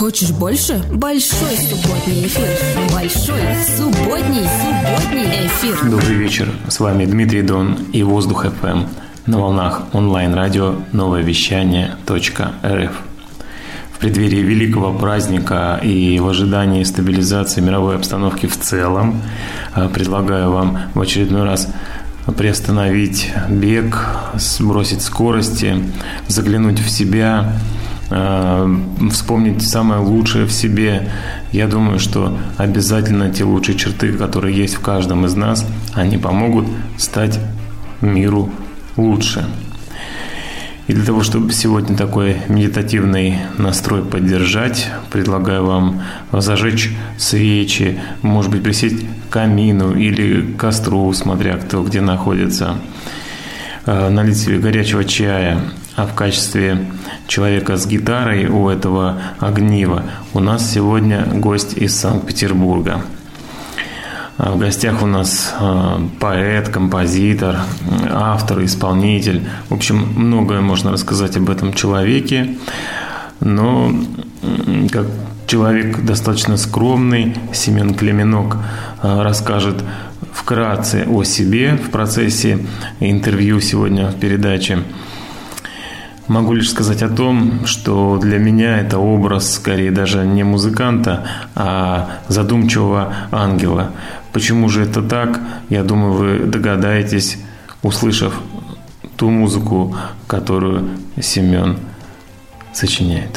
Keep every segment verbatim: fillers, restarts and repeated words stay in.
Хочешь больше? Большой субботний эфир. Большой субботний, субботний эфир. Добрый вечер. С вами Дмитрий Дон и Воздух эф эм на волнах онлайн-радио новое вещание точка эр эф. В преддверии великого праздника и в ожидании стабилизации мировой обстановки в целом предлагаю вам в очередной раз приостановить бег, сбросить скорости, заглянуть в себя, вспомнить самое лучшее в себе. Я думаю, что обязательно те лучшие черты, которые есть в каждом из нас, они помогут стать миру лучше. И для того, чтобы сегодня такой медитативный настрой поддержать, предлагаю вам зажечь свечи, может быть, присесть к камину или к костру, смотря кто где находится, налить себе горячего чая. А в качестве человека с гитарой у этого огнива у нас сегодня гость из Санкт-Петербурга. В гостях у нас поэт, композитор, автор, исполнитель. В общем, многое можно рассказать об этом человеке. Но как человек достаточно скромный, Семен Клименок расскажет вкратце о себе в процессе интервью сегодня в передаче. Могу лишь сказать о том, что для меня это образ, скорее даже не музыканта, а задумчивого ангела. Почему же это так? Я думаю, вы догадаетесь, услышав ту музыку, которую Семен сочиняет.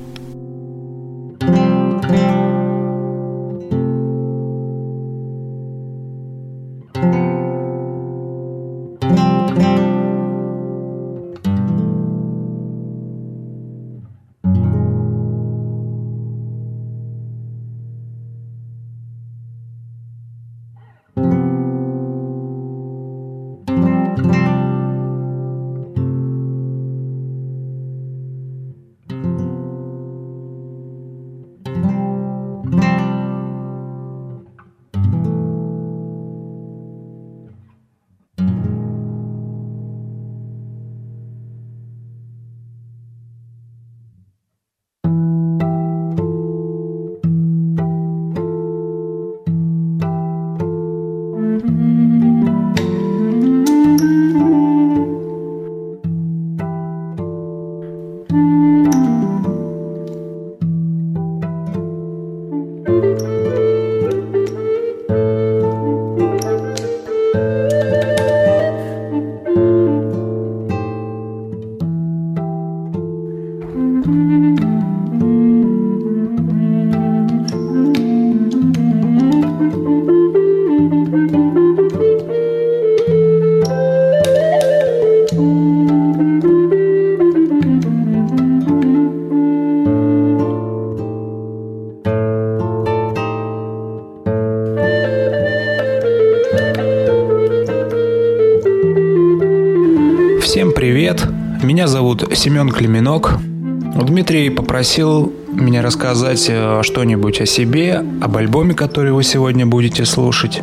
Меня зовут Семен Клименок. Дмитрий попросил меня рассказать что-нибудь о себе, об альбоме, который вы сегодня будете слушать.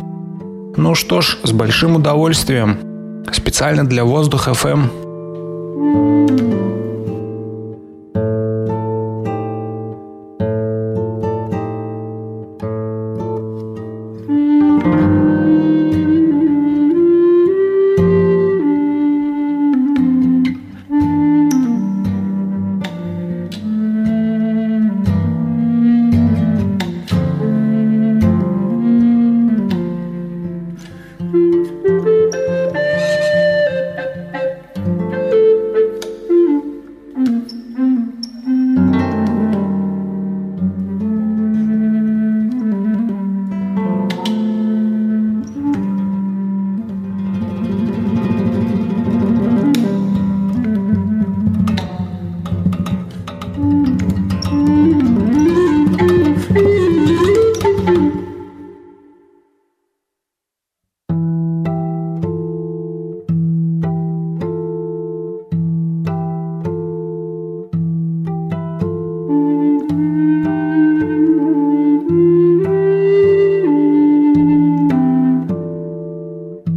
Ну что ж, с большим удовольствием. Специально для Воздух эф эм.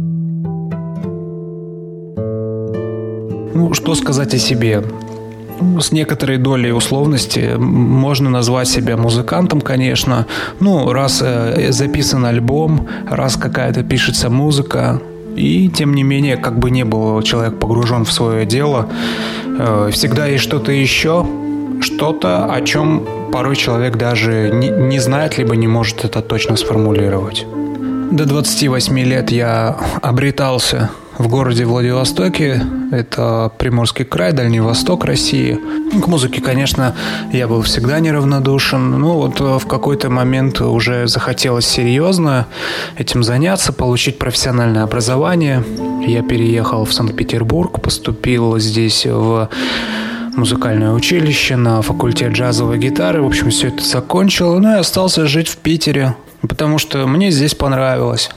Ну, что сказать о себе? с некоторой долей условности можно назвать себя музыкантом, конечно. Ну, раз записан альбом, раз какая-то пишется музыка. И, тем не менее, как бы не был человек погружен в свое дело, всегда есть что-то еще, что-то, о чем порой человек даже не, не знает, либо не может это точно сформулировать. До двадцати восьми лет я обретался в городе Владивостоке, это Приморский край, Дальний Восток России. К музыке, конечно, я был всегда неравнодушен, но вот в какой-то момент уже захотелось серьезно этим заняться, получить профессиональное образование. Я переехал в Санкт-Петербург, поступил здесь в музыкальное училище на факультет джазовой гитары. В общем, все это закончил, ну и остался жить в Питере, потому что мне здесь понравилось.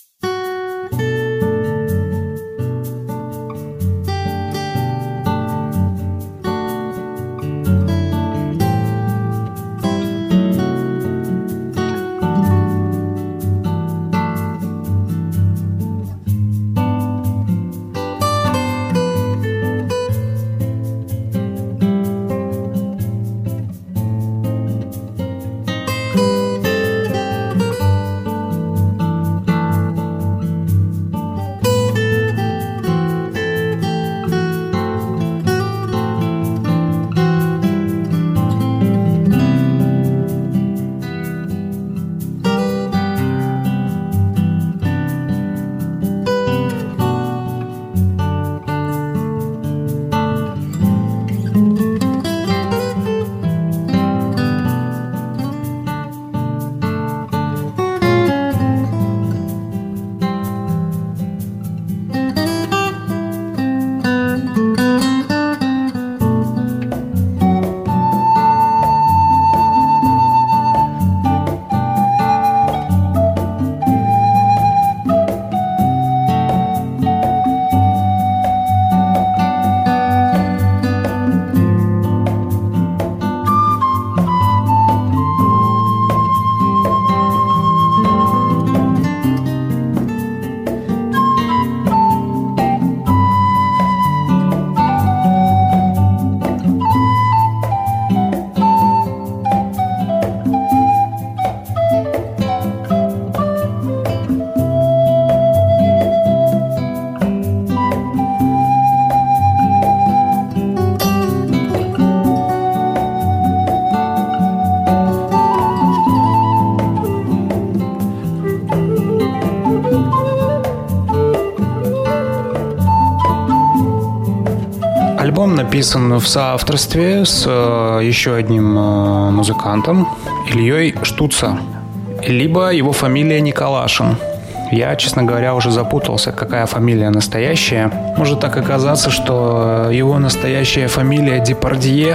Альбом написан в соавторстве с еще одним музыкантом, Ильей Штуца, либо его фамилия Николашин. Я, честно говоря, уже запутался, какая фамилия настоящая. Может так оказаться, что его настоящая фамилия Депардье,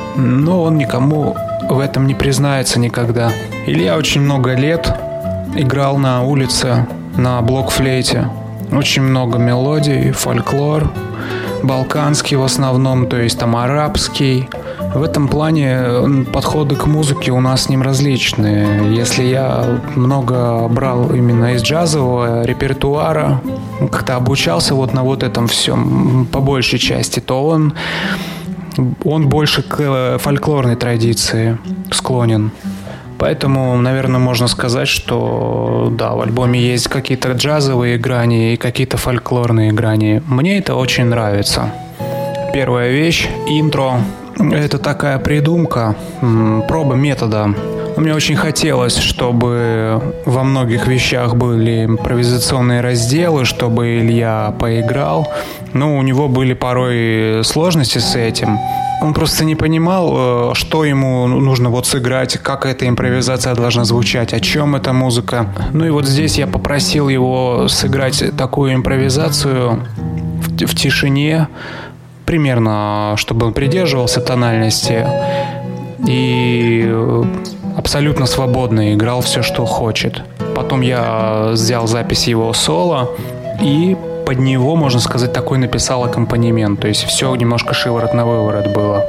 но он никому в этом не признается никогда. Илья очень много лет играл на улице на блокфлейте. Очень много мелодий, фольклор, балканский в основном, то есть там арабский. В этом плане подходы к музыке у нас с ним различные. Если я много брал именно из джазового репертуара, как-то обучался вот на вот этом всем по большей части, то он, он больше к фольклорной традиции склонен. Поэтому, наверное, можно сказать, что да, в альбоме есть какие-то джазовые грани и какие-то фольклорные грани. Мне это очень нравится. Первая вещь, интро. Это такая придумка, проба метода. Мне очень хотелось, чтобы во многих вещах были импровизационные разделы, чтобы Илья поиграл. Но у него были порой сложности с этим. Он просто не понимал, что ему нужно вот сыграть, как эта импровизация должна звучать, о чем эта музыка. Ну и вот здесь я попросил его сыграть такую импровизацию в, в тишине, примерно, чтобы он придерживался тональности и абсолютно свободно играл все, что хочет. Потом я взял запись его соло и под него, можно сказать, такой написал аккомпанемент. То есть все немножко шиворот на выворот было.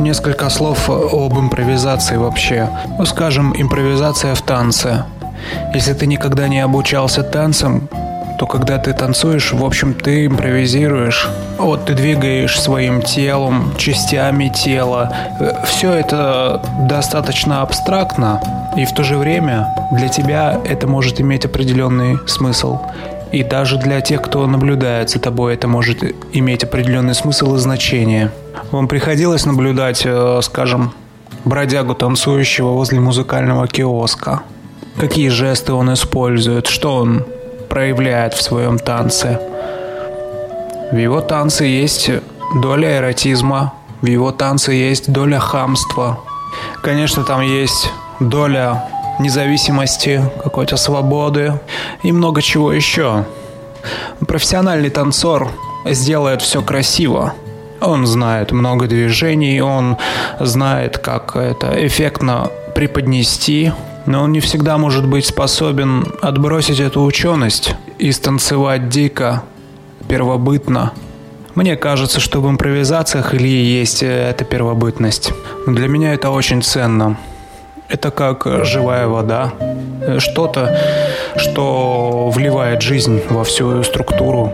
несколько слов об импровизации вообще. Ну, скажем, импровизация в танце. Если ты никогда не обучался танцам, то когда ты танцуешь, в общем, ты импровизируешь. Вот ты двигаешь своим телом, частями тела. Все это достаточно абстрактно, и в то же время для тебя это может иметь определенный смысл. И даже для тех, кто наблюдает за тобой, это может иметь определенный смысл и значение. Вам приходилось наблюдать, скажем, бродягу, танцующего возле музыкального киоска? Какие жесты он использует? Что он проявляет в своем танце? В его танце есть доля эротизма, в его танце есть доля хамства. Конечно, там есть доля независимости, какой-то свободы и много чего еще. Профессиональный танцор сделает все красиво. Он знает много движений, он знает, как это эффектно преподнести, но он не всегда может быть способен отбросить эту ученость и станцевать дико, первобытно. Мне кажется, что в импровизациях или есть эта первобытность. Для меня это очень ценно. Это как живая вода. Что-то, что вливает жизнь во всю структуру.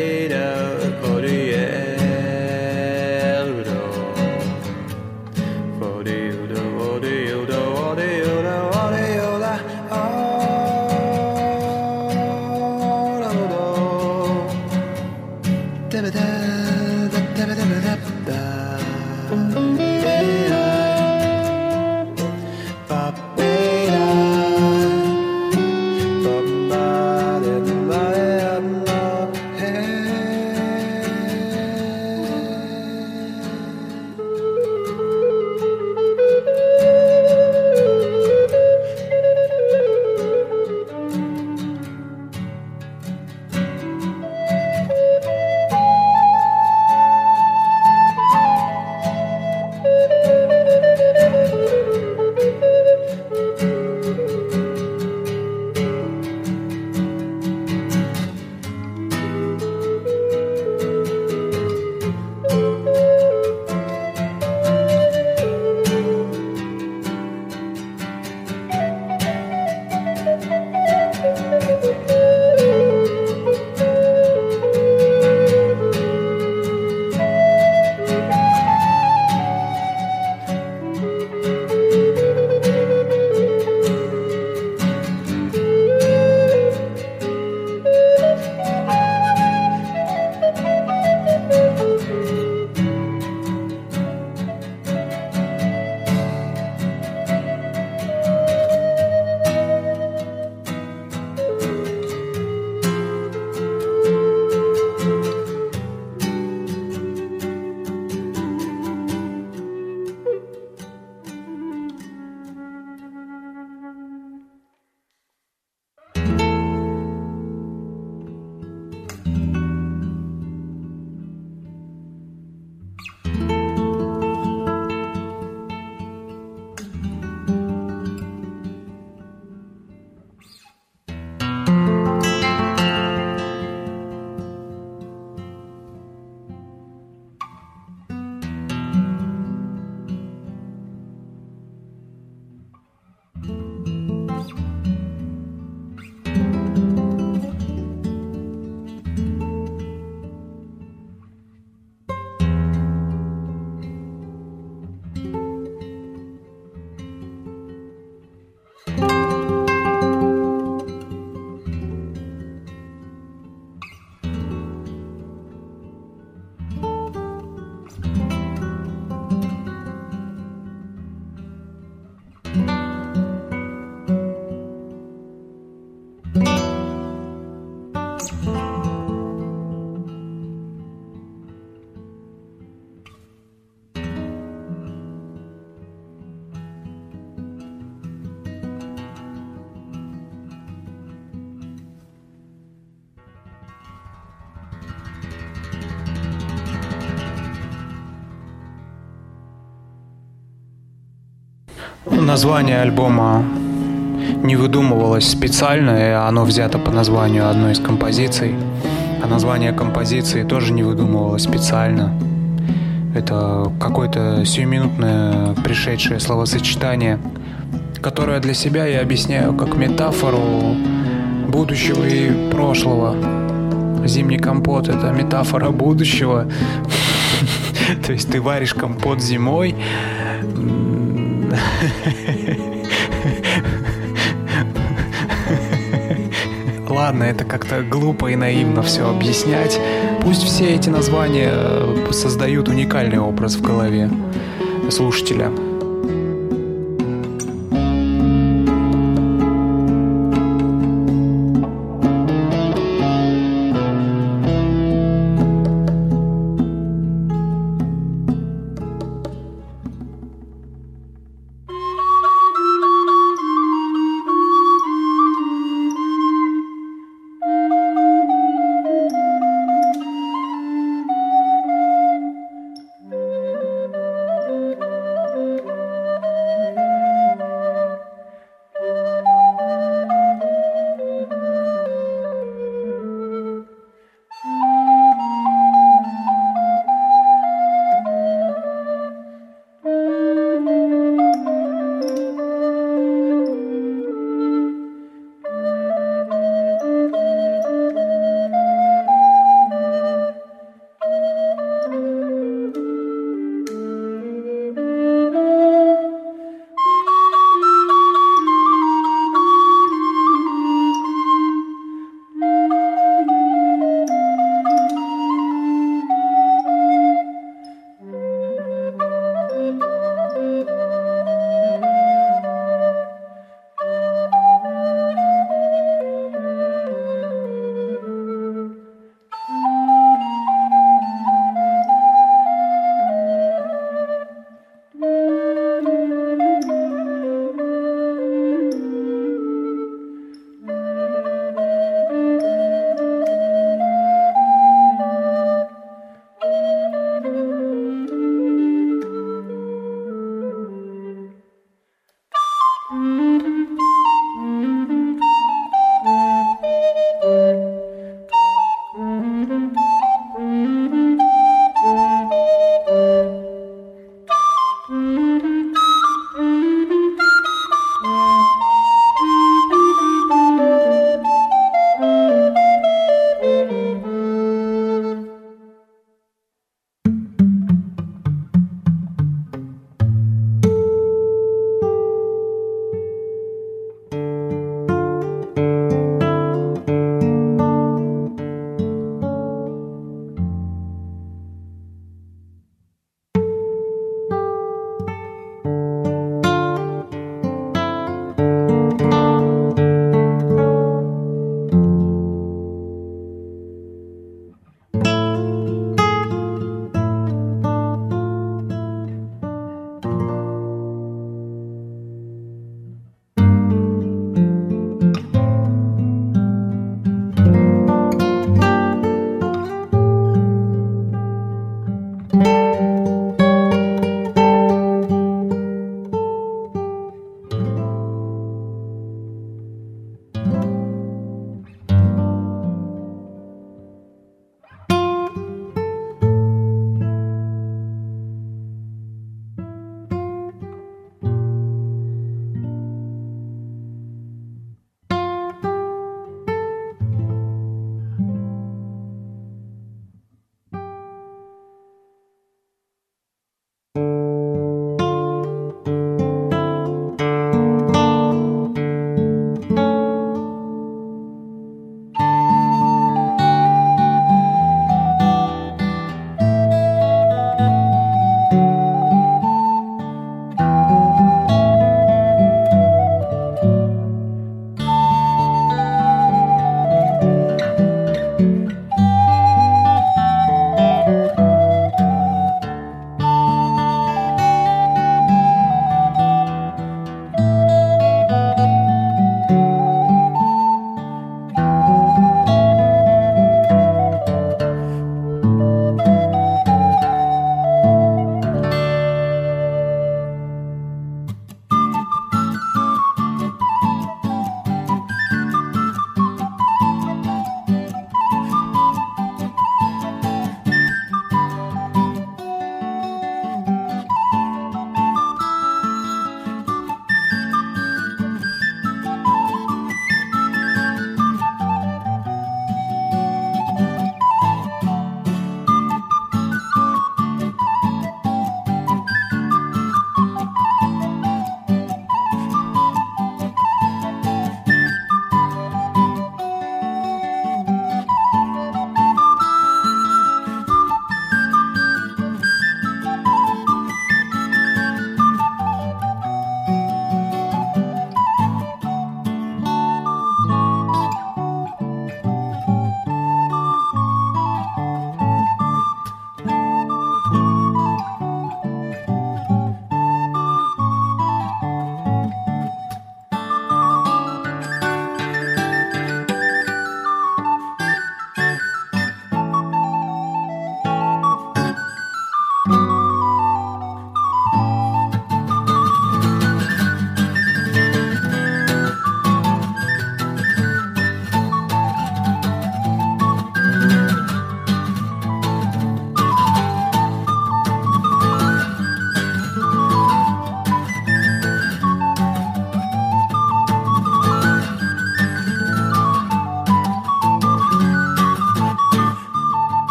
Название альбома не выдумывалось специально, и оно взято по названию одной из композиций. А название композиции тоже не выдумывалось специально. Это какое-то сиюминутное пришедшее словосочетание, которое для себя я объясняю как метафору будущего и прошлого. Зимний компот — это метафора будущего. То есть ты варишь компот зимой. Ладно, это как-то глупо и наивно все объяснять. Пусть все эти названия создают уникальный образ в голове слушателя.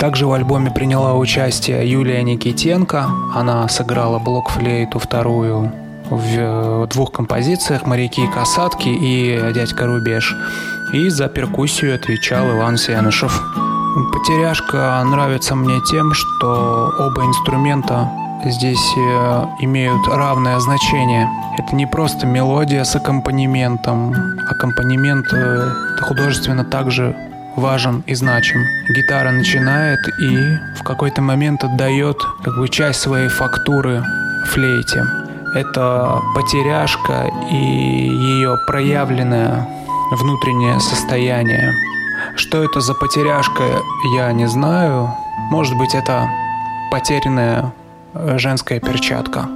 Также в альбоме приняла участие Юлия Никитенко. Она сыграла блокфлейту вторую в двух композициях «Моряки и касатки» и «Дядька Рубеж». И за перкуссию отвечал Иван Сенышев. «Потеряшка» нравится мне тем, что оба инструмента здесь имеют равное значение. Это не просто мелодия с аккомпанементом. Аккомпанемент художественно также важен и значим. Гитара начинает и в какой-то момент отдает как бы часть своей фактуры флейте. Это потеряшка и ее проявленное внутреннее состояние. Что это за потеряшка, я не знаю. Может быть, это потерянная женская перчатка.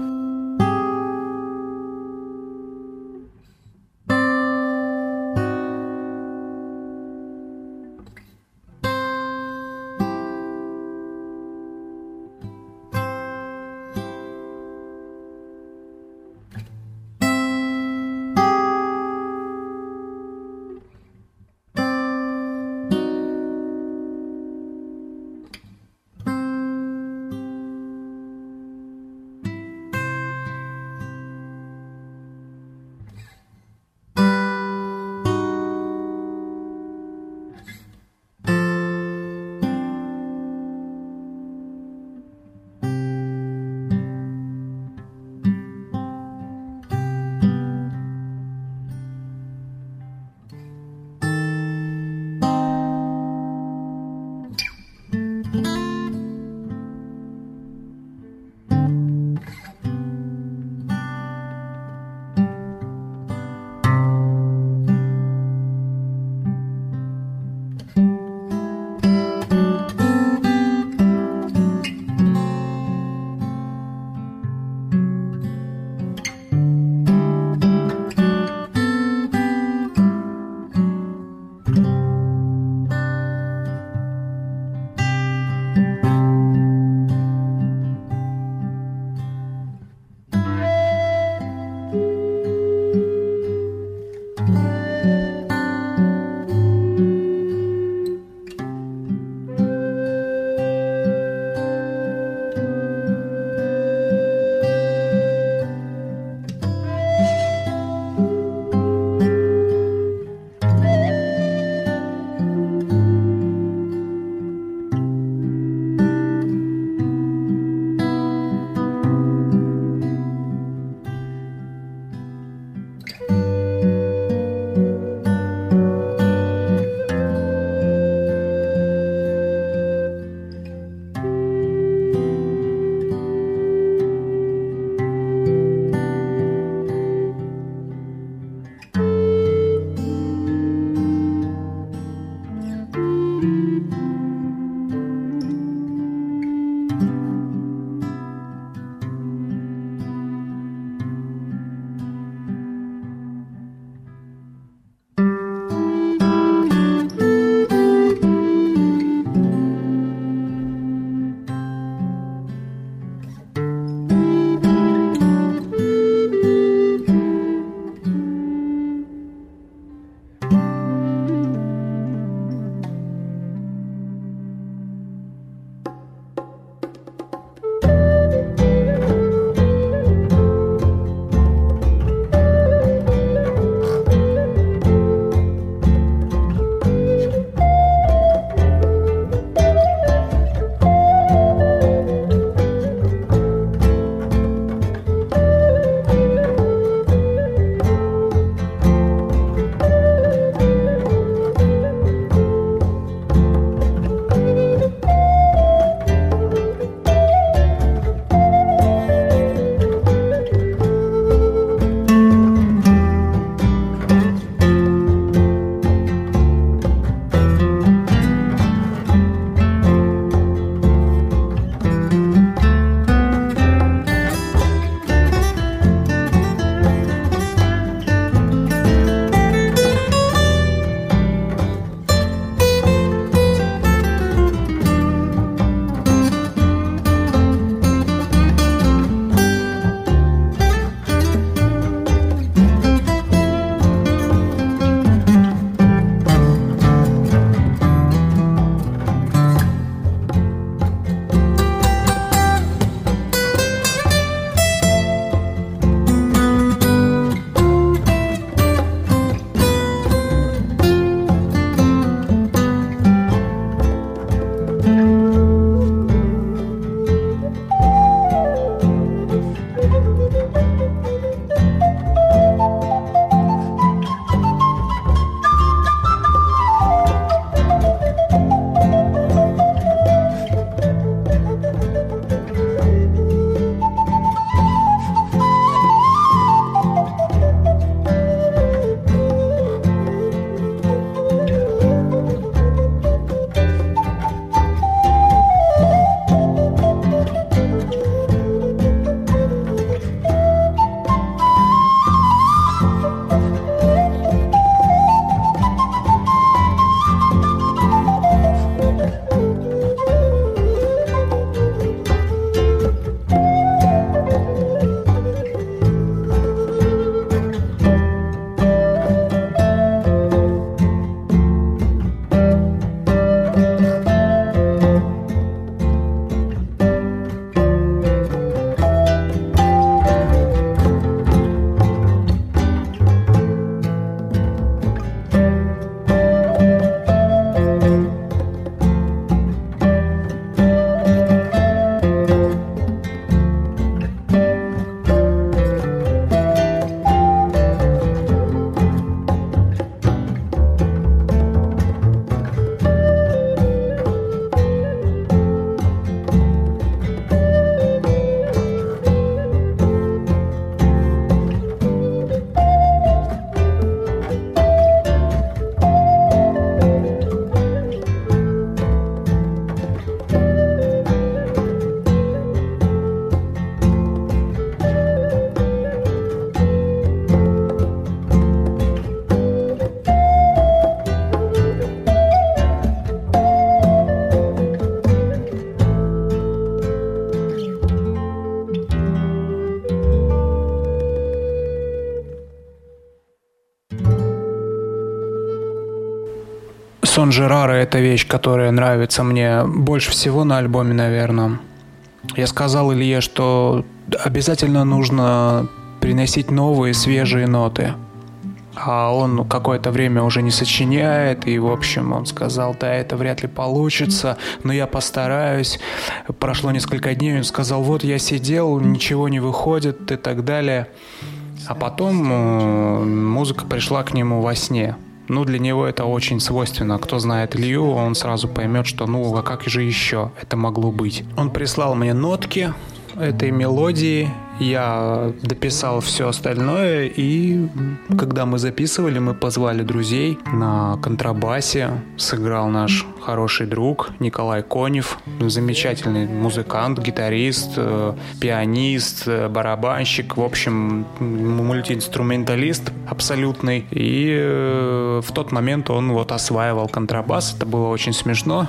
Сон Жерара — это вещь, которая нравится мне больше всего на альбоме, наверное. Я сказал Илье, что обязательно нужно приносить новые, свежие ноты. А он какое-то время уже не сочиняет, и, в общем, он сказал, да, это вряд ли получится, но я постараюсь. Прошло несколько дней, он сказал, вот я сидел, ничего не выходит и так далее. А потом э, музыка пришла к нему во сне. Ну, для него это очень свойственно. Кто знает Илью, он сразу поймет, что ну, а как же еще это могло быть. Он прислал мне нотки этой мелодии, я дописал все остальное, и когда мы записывали, мы позвали друзей. На контрабасе сыграл наш хороший друг Николай Конев, замечательный музыкант, гитарист, пианист, барабанщик, в общем, мультиинструменталист абсолютный. И в тот момент он вот осваивал контрабас, это было очень смешно.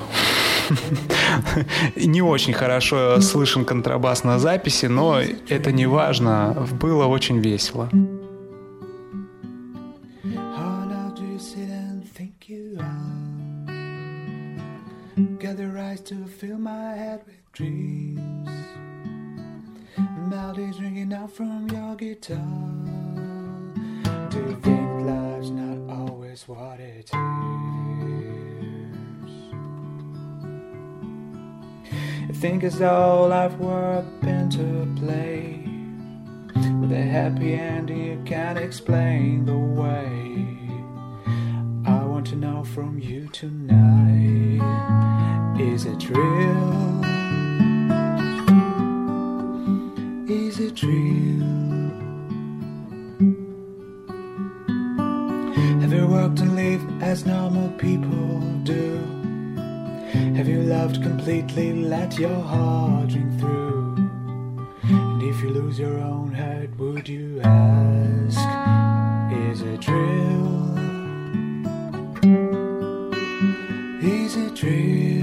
Не очень хорошо слышен контрабас на записи, но это не важно. Было очень весело. I think it's all life work into play with a happy ending you can't explain the way. I want to know from you tonight, is it real? Is it real? Have you worked and lived as normal people do? Have you loved completely, let your heart ring through? And if you lose your own heart, would you ask, is it real? Is it real?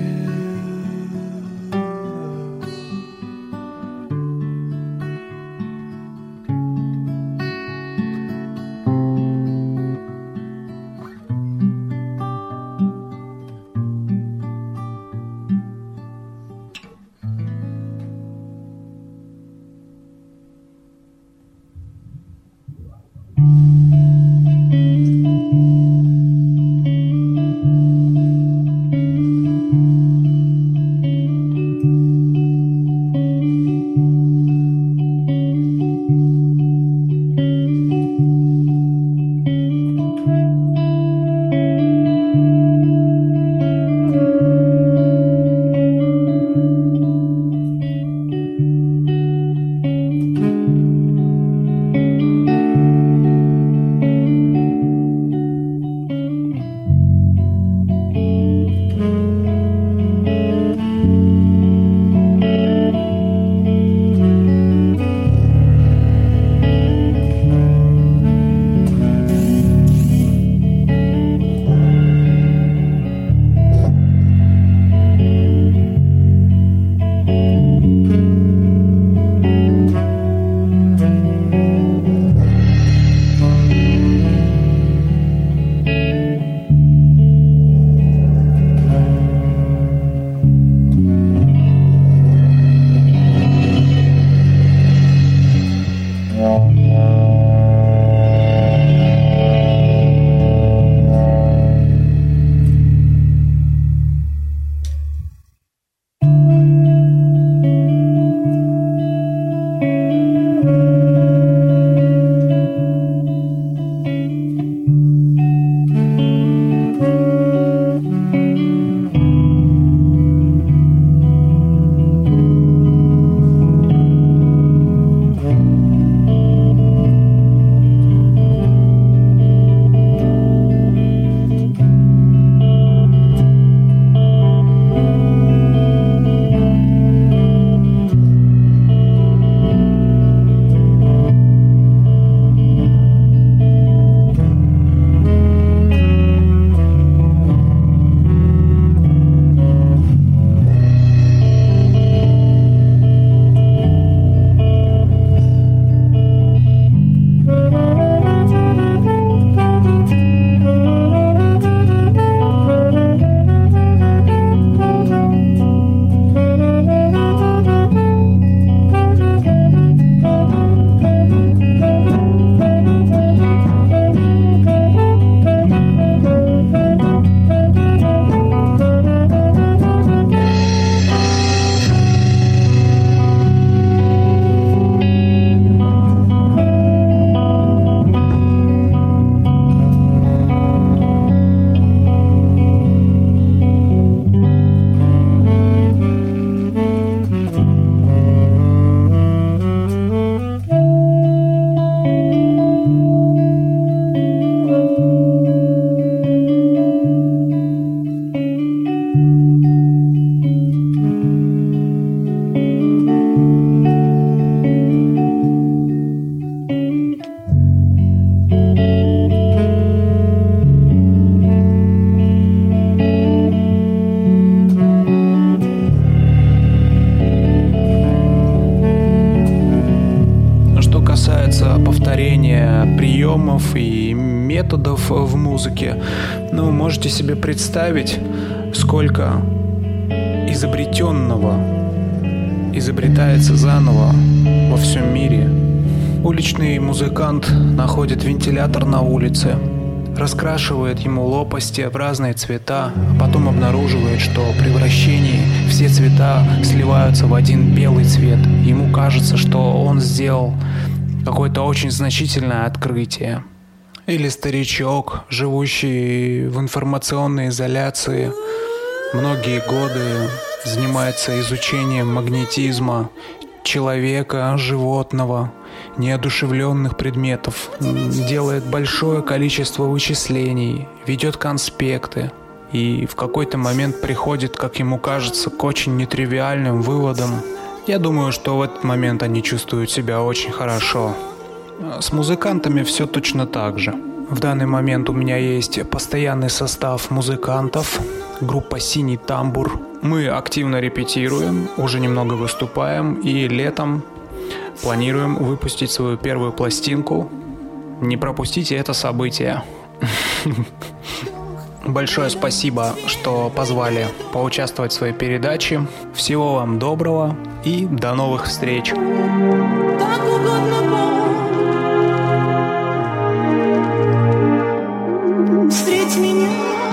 повторения приемов и методов в музыке. Ну, можете себе представить, сколько изобретенного изобретается заново во всем мире. Уличный музыкант находит вентилятор на улице, раскрашивает ему лопасти в разные цвета, а потом обнаруживает, что при вращении все цвета сливаются в один белый цвет. Ему кажется, что он сделал какое-то очень значительное открытие. Или старичок, живущий в информационной изоляции, многие годы занимается изучением магнетизма человека, животного, неодушевленных предметов, делает большое количество вычислений, ведет конспекты и в какой-то момент приходит, как ему кажется, к очень нетривиальным выводам. Я думаю, что в этот момент они чувствуют себя очень хорошо. С музыкантами все точно так же. В данный момент у меня есть постоянный состав музыкантов, группа «Синий тамбур». Мы активно репетируем, уже немного выступаем и летом планируем выпустить свою первую пластинку. Не пропустите это событие. Большое спасибо, что позвали поучаствовать в своей передаче. Всего вам доброго и до новых встреч. Встреть меня,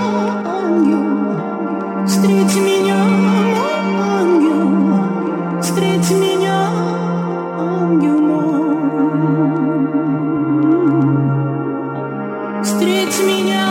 ангел, встреть меня, мой ангел, встреть меня, ангел мой, встреть меня.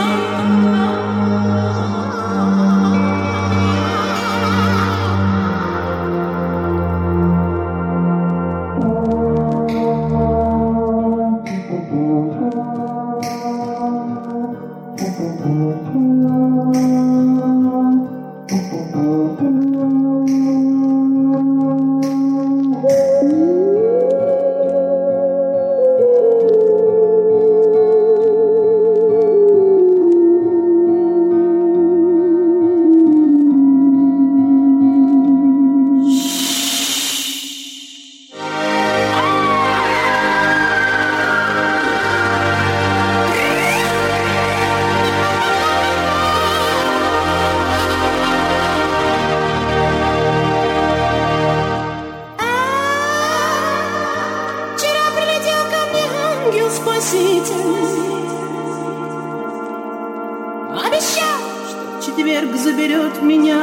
Обещал, что в четверг заберет меня.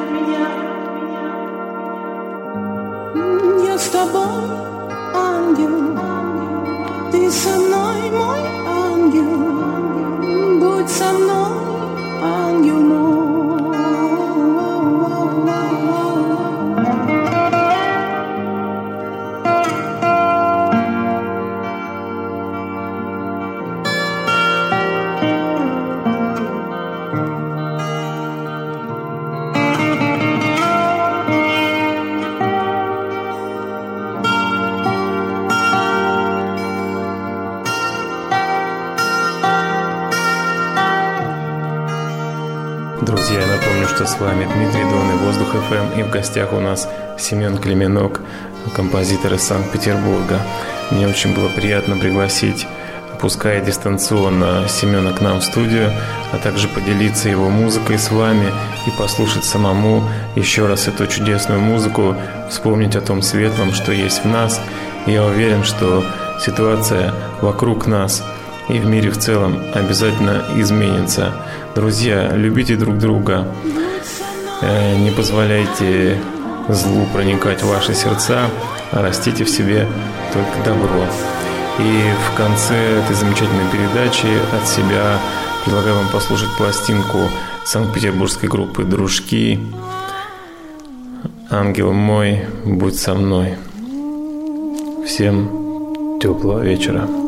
Я с тобой, ангел, ты со мной, мой ангел, будь со мной, ангел мой. Друзья, я напомню, что с вами Дмитрий Дон и Воздух эф эм, и в гостях у нас Семен Клименок, композитор из Санкт-Петербурга. Мне очень было приятно пригласить, пускай дистанционно, Семена к нам в студию, а также поделиться его музыкой с вами и послушать самому еще раз эту чудесную музыку, вспомнить о том светлом, что есть в нас. Я уверен, что ситуация вокруг нас и в мире в целом обязательно изменится. Друзья, любите друг друга, не позволяйте злу проникать в ваши сердца, а растите в себе только добро. И в конце этой замечательной передачи от себя предлагаю вам послушать пластинку санкт-петербургской группы «Дружки». «Ангел мой, будь со мной». Всем теплого вечера.